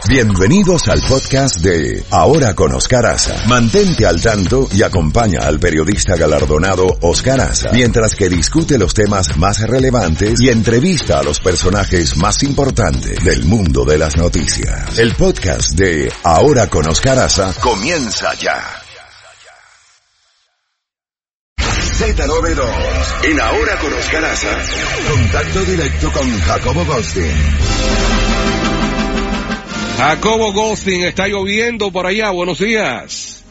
Bienvenidos al podcast de Ahora con Oscar Aza. Mantente al tanto y acompaña al periodista galardonado Oscar Aza mientras que discute los temas más relevantes y entrevista a los personajes más importantes del mundo de las noticias. El podcast de Ahora con Oscar Aza comienza ya. Z92, en Ahora con Oscar Aza, contacto directo con Jacobo Goldstein. Jacobo Goldstein, está lloviendo por allá, buenos días.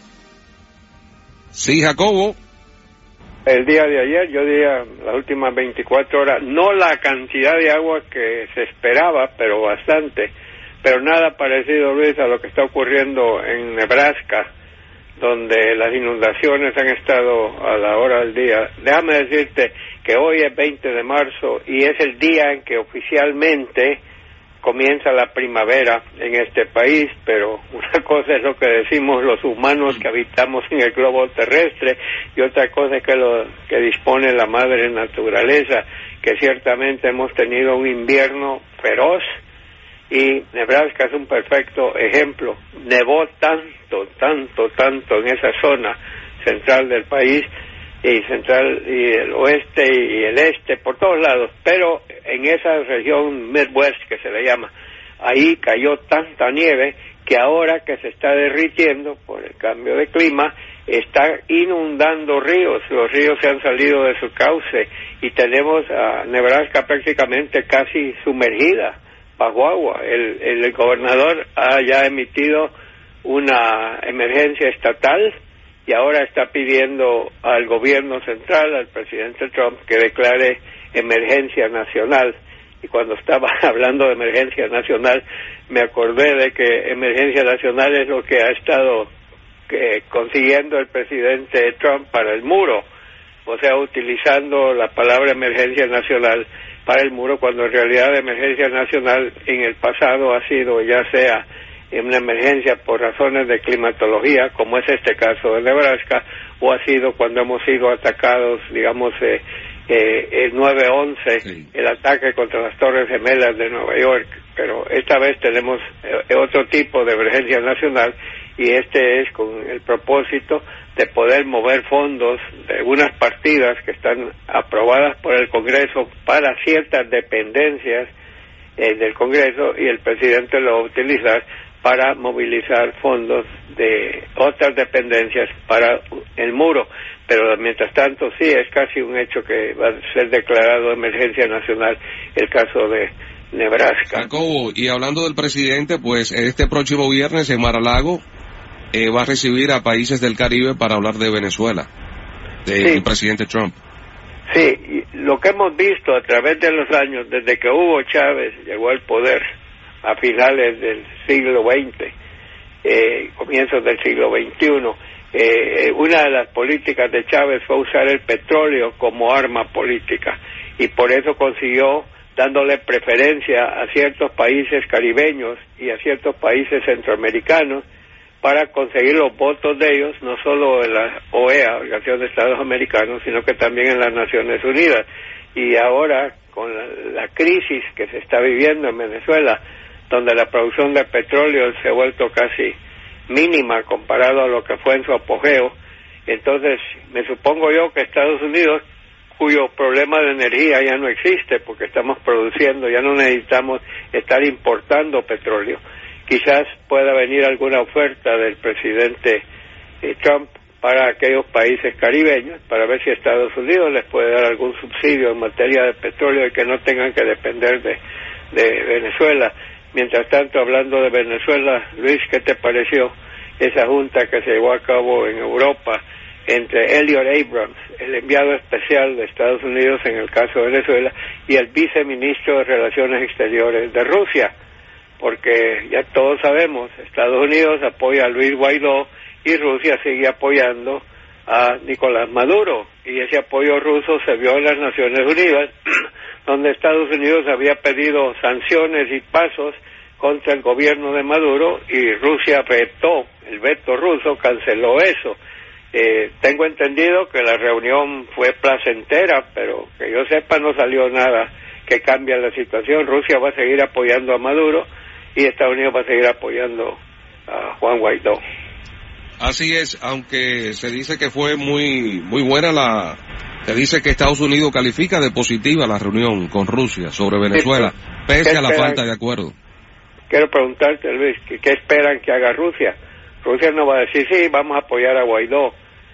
Sí, Jacobo. El día de ayer, yo diría las últimas 24 horas, no la cantidad de agua que se esperaba, pero bastante, pero nada parecido, Luis, a lo que está ocurriendo en Nebraska, donde las inundaciones han estado a la hora del día. Déjame decirte que hoy es 20 de marzo y es el día en que oficialmente comienza la primavera en este país, pero una cosa es lo que decimos los humanos que habitamos en el globo terrestre y otra cosa es que lo que dispone la madre naturaleza, que ciertamente hemos tenido un invierno feroz y Nebraska es un perfecto ejemplo. Nevó tanto en esa zona central del país y central y el oeste y el este, por todos lados, pero en esa región Midwest que se le llama, ahí cayó tanta nieve que ahora que se está derritiendo por el cambio de clima, está inundando ríos, los ríos se han salido de su cauce y tenemos a Nebraska prácticamente casi sumergida bajo agua. El gobernador ha ya emitido una emergencia estatal y ahora está pidiendo al gobierno central, al presidente Trump, que declare emergencia nacional. Y cuando estaba hablando de emergencia nacional, me acordé de que emergencia nacional es lo que ha estado consiguiendo el presidente Trump para el muro, o sea, utilizando la palabra emergencia nacional para el muro, cuando en realidad emergencia nacional en el pasado ha sido ya sea una emergencia por razones de climatología, como es este caso de Nebraska, o ha sido cuando hemos sido atacados, digamos, el 9/11, sí, el ataque contra las Torres Gemelas de Nueva York, pero esta vez tenemos otro tipo de emergencia nacional y este es con el propósito de poder mover fondos de unas partidas que están aprobadas por el Congreso para ciertas dependencias del Congreso y el presidente lo va a utilizar para movilizar fondos de otras dependencias para el muro, pero mientras tanto sí es casi un hecho que va a ser declarado emergencia nacional el caso de Nebraska. Jacobo, y hablando del presidente, pues este próximo viernes en Mar-a-Lago va a recibir a países del Caribe para hablar de Venezuela, del presidente Trump. Sí, lo que hemos visto a través de los años, desde que Hugo Chávez llegó al poder a finales del siglo XX, comienzos del siglo XXI, una de las políticas de Chávez fue usar el petróleo como arma política y por eso consiguió dándole preferencia a ciertos países caribeños y a ciertos países centroamericanos para conseguir los votos de ellos, no solo en la OEA, Organización de Estados Americanos, sino que también en las Naciones Unidas. Y ahora, con la crisis que se está viviendo en Venezuela, donde la producción de petróleo se ha vuelto casi mínima comparado a lo que fue en su apogeo, entonces me supongo yo que Estados Unidos, cuyo problema de energía ya no existe porque estamos produciendo, ya no necesitamos estar importando petróleo, quizás pueda venir alguna oferta del presidente Trump para aquellos países caribeños, para ver si Estados Unidos les puede dar algún subsidio en materia de petróleo y que no tengan que depender de Venezuela. Mientras tanto, hablando de Venezuela, Luis, ¿qué te pareció esa junta que se llevó a cabo en Europa entre Elliot Abrams, el enviado especial de Estados Unidos en el caso de Venezuela, y el viceministro de Relaciones Exteriores de Rusia? Porque ya todos sabemos, Estados Unidos apoya a Luis Guaidó y Rusia sigue apoyando a Nicolás Maduro, y ese apoyo ruso se vio en las Naciones Unidas, donde Estados Unidos había pedido sanciones y pasos contra el gobierno de Maduro y Rusia vetó, el veto ruso canceló eso. Tengo entendido que la reunión fue placentera, pero que yo sepa no salió nada que cambie la situación. Rusia va a seguir apoyando a Maduro y Estados Unidos va a seguir apoyando a Juan Guaidó. Así es, aunque se dice que fue muy buena se dice que Estados Unidos califica de positiva la reunión con Rusia sobre Venezuela, pese a la falta de acuerdo. Quiero preguntarte, Luis, ¿qué esperan que haga Rusia? Rusia no va a decir, sí, vamos a apoyar a Guaidó.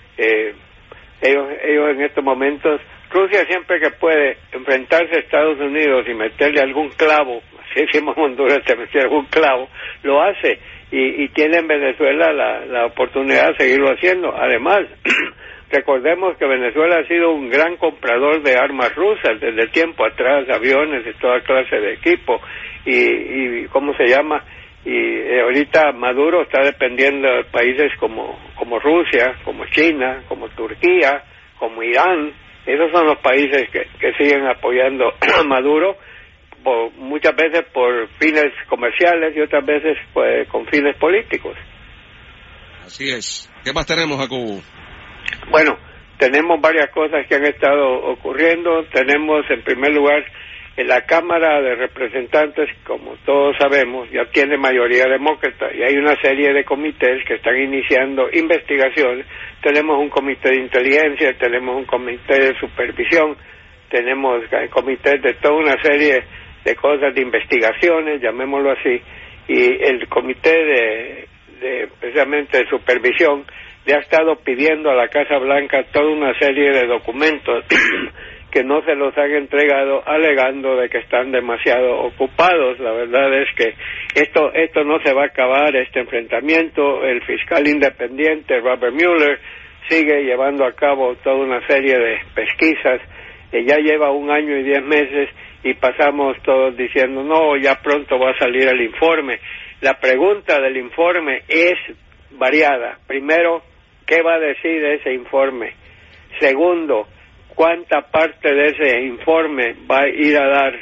Ellos en estos momentos, Rusia siempre que puede enfrentarse a Estados Unidos y meterle algún clavo, así decimos en Honduras, te metió algún clavo, lo hace, y tiene en Venezuela la oportunidad de seguirlo haciendo. Además, recordemos que Venezuela ha sido un gran comprador de armas rusas desde tiempo atrás, aviones y toda clase de equipo, y ¿cómo se llama? Y ahorita Maduro está dependiendo de países como Rusia, como China, como Turquía, como Irán. Esos son los países que siguen apoyando a Maduro, muchas veces por fines comerciales y otras veces pues con fines políticos. Así es. ¿Qué más tenemos, Jacobo? Bueno, tenemos varias cosas que han estado ocurriendo. Tenemos, en primer lugar, en la Cámara de Representantes, como todos sabemos, ya tiene mayoría demócrata y hay una serie de comités que están iniciando investigaciones. Tenemos un comité de inteligencia, tenemos un comité de supervisión, tenemos comités de toda una serie de cosas, de investigaciones, llamémoslo así, y el comité de precisamente de supervisión le ha estado pidiendo a la Casa Blanca toda una serie de documentos que no se los han entregado, alegando de que están demasiado ocupados. La verdad es que esto no se va a acabar, este enfrentamiento. El fiscal independiente Robert Mueller sigue llevando a cabo toda una serie de pesquisas, ya lleva 1 año y 10 meses y pasamos todos diciendo, no, ya pronto va a salir el informe. La pregunta del informe es variada. Primero, ¿qué va a decir ese informe? Segundo, ¿cuánta parte de ese informe va a ir a dar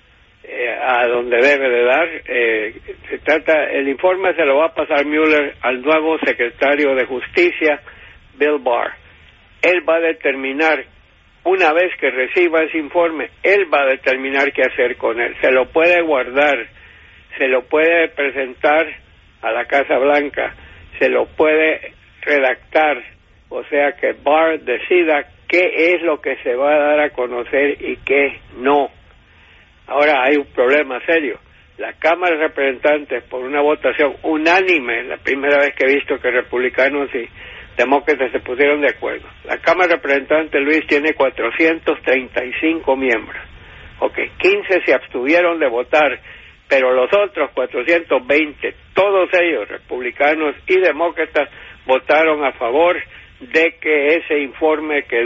a donde debe de dar? El informe se lo va a pasar Mueller al nuevo secretario de Justicia, Bill Barr. Él va a determinar, una vez que reciba ese informe, él va a determinar qué hacer con él. Se lo puede guardar, se lo puede presentar a la Casa Blanca, se lo puede redactar, o sea que Barr decida qué es lo que se va a dar a conocer y qué no. Ahora hay un problema serio. La Cámara de Representantes, por una votación unánime, la primera vez que he visto que republicanos y demócratas se pusieron de acuerdo. La Cámara de Representantes, Luis, tiene 435 miembros. 15 se abstuvieron de votar, pero los otros 420, todos ellos, republicanos y demócratas, votaron a favor de que ese informe que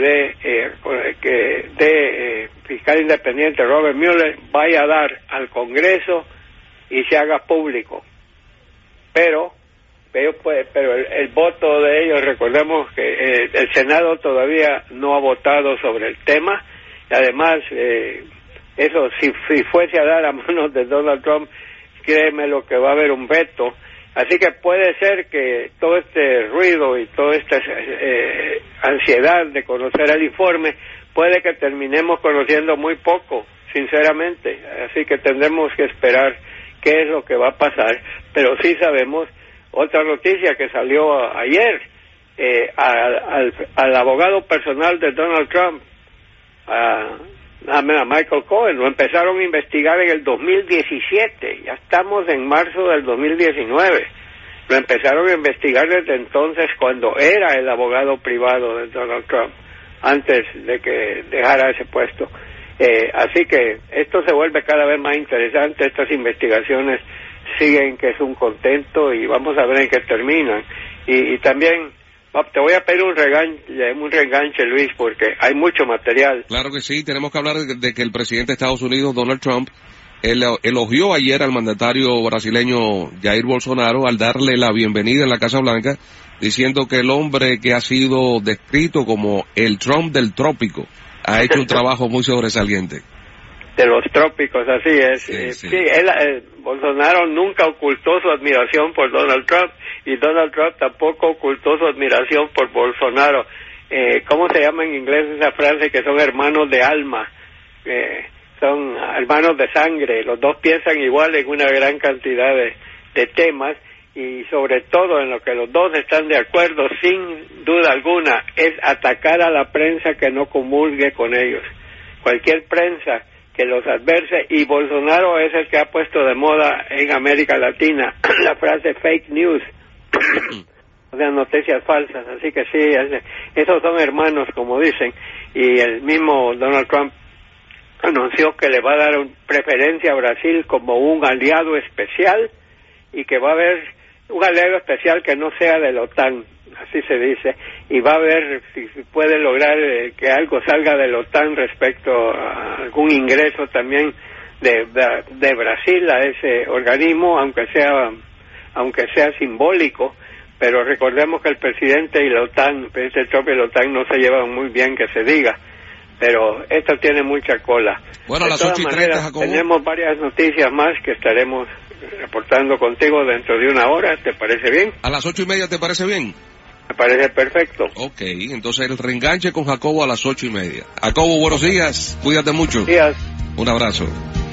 dé fiscal independiente Robert Mueller vaya a dar al Congreso y se haga público. Pero el voto de ellos, recordemos que el Senado todavía no ha votado sobre el tema, y además eso si fuese a dar a manos de Donald Trump, créeme lo que va a haber un veto. Así que puede ser que todo este ruido y toda esta ansiedad de conocer el informe, puede que terminemos conociendo muy poco, sinceramente. Así que tendremos que esperar qué es lo que va a pasar. Pero sí sabemos, otra noticia que salió ayer, al abogado personal de Donald Trump, a Michael Cohen, lo empezaron a investigar en el 2017, ya estamos en marzo del 2019, lo empezaron a investigar desde entonces, cuando era el abogado privado de Donald Trump, antes de que dejara ese puesto. Así que esto se vuelve cada vez más interesante, estas investigaciones siguen, que es un contento, y vamos a ver en qué terminan. Y también te voy a pedir un reenganche, Luis, porque hay mucho material. Claro que sí, tenemos que hablar de que el presidente de Estados Unidos, Donald Trump, elogió ayer al mandatario brasileño Jair Bolsonaro al darle la bienvenida en la Casa Blanca, diciendo que el hombre que ha sido descrito como el Trump del trópico ha hecho un trabajo muy sobresaliente. De los trópicos, así es. Sí, Bolsonaro nunca ocultó su admiración por Donald Trump, y Donald Trump tampoco ocultó su admiración por Bolsonaro. ¿Cómo se llama en inglés esa frase? Que son hermanos de alma. son hermanos de sangre, los dos piensan igual en una gran cantidad de temas, y sobre todo en lo que los dos están de acuerdo, sin duda alguna, es atacar a la prensa que no comulgue con ellos. Cualquier prensa que los adverse, y Bolsonaro es el que ha puesto de moda en América Latina la frase fake news, o sea, noticias falsas. Así que sí, esos son hermanos, como dicen, y el mismo Donald Trump anunció que le va a dar preferencia a Brasil como un aliado especial, y que va a haber un aliado especial que no sea de la OTAN, así se dice, y va a ver si puede lograr que algo salga de la OTAN respecto a algún ingreso también de Brasil a ese organismo, aunque sea simbólico. Pero recordemos que el presidente y la OTAN, el presidente Trump y la OTAN no se llevan muy bien, que se diga, pero esto tiene mucha cola. Bueno, a las 8:30, Jacobo, tenemos varias noticias más que estaremos reportando contigo dentro de una hora. ¿Te parece bien? ¿A las 8:30 te parece bien? Me parece perfecto. Ok, entonces el reenganche con Jacobo a las 8:30. Jacobo, buenos días, cuídate mucho. Buenos días. Un abrazo.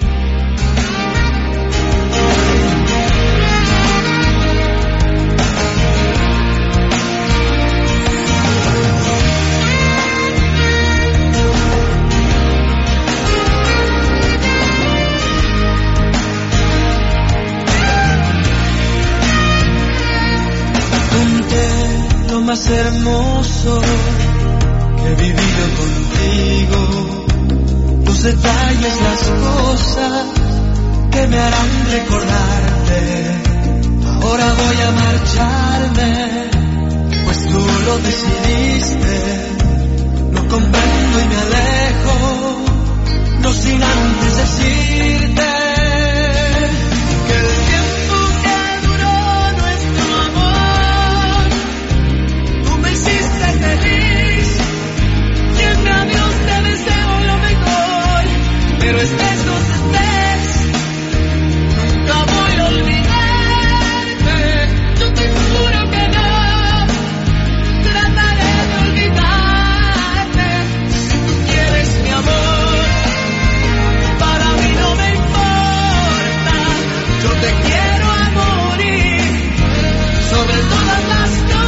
Más hermoso que he vivido contigo, los detalles, las cosas que me harán recordarte. Ahora voy a marcharme, pues tú lo decidiste. Lo comprendo y me alejo, no sin antes decirte que el tiempo que duró nuestro amor, tú me hiciste feliz. Siempre a Dios te deseo lo mejor, pero estés donde estés, nunca voy a olvidarte. Yo te juro que no trataré de olvidarte. Si tú quieres mi amor, para mí no me importa. Yo te quiero a morir sobre todas las cosas.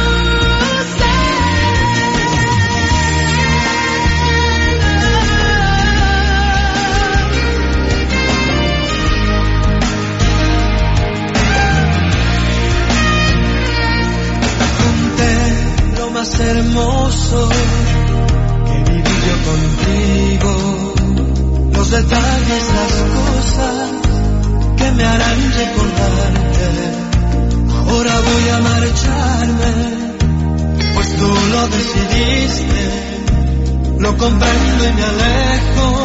Conté lo más hermoso que viví yo contigo, los detalles, las cosas que me harán recordarte. Ahora voy a marcharme, pues tú lo decidiste. Lo comprendo y me alejo,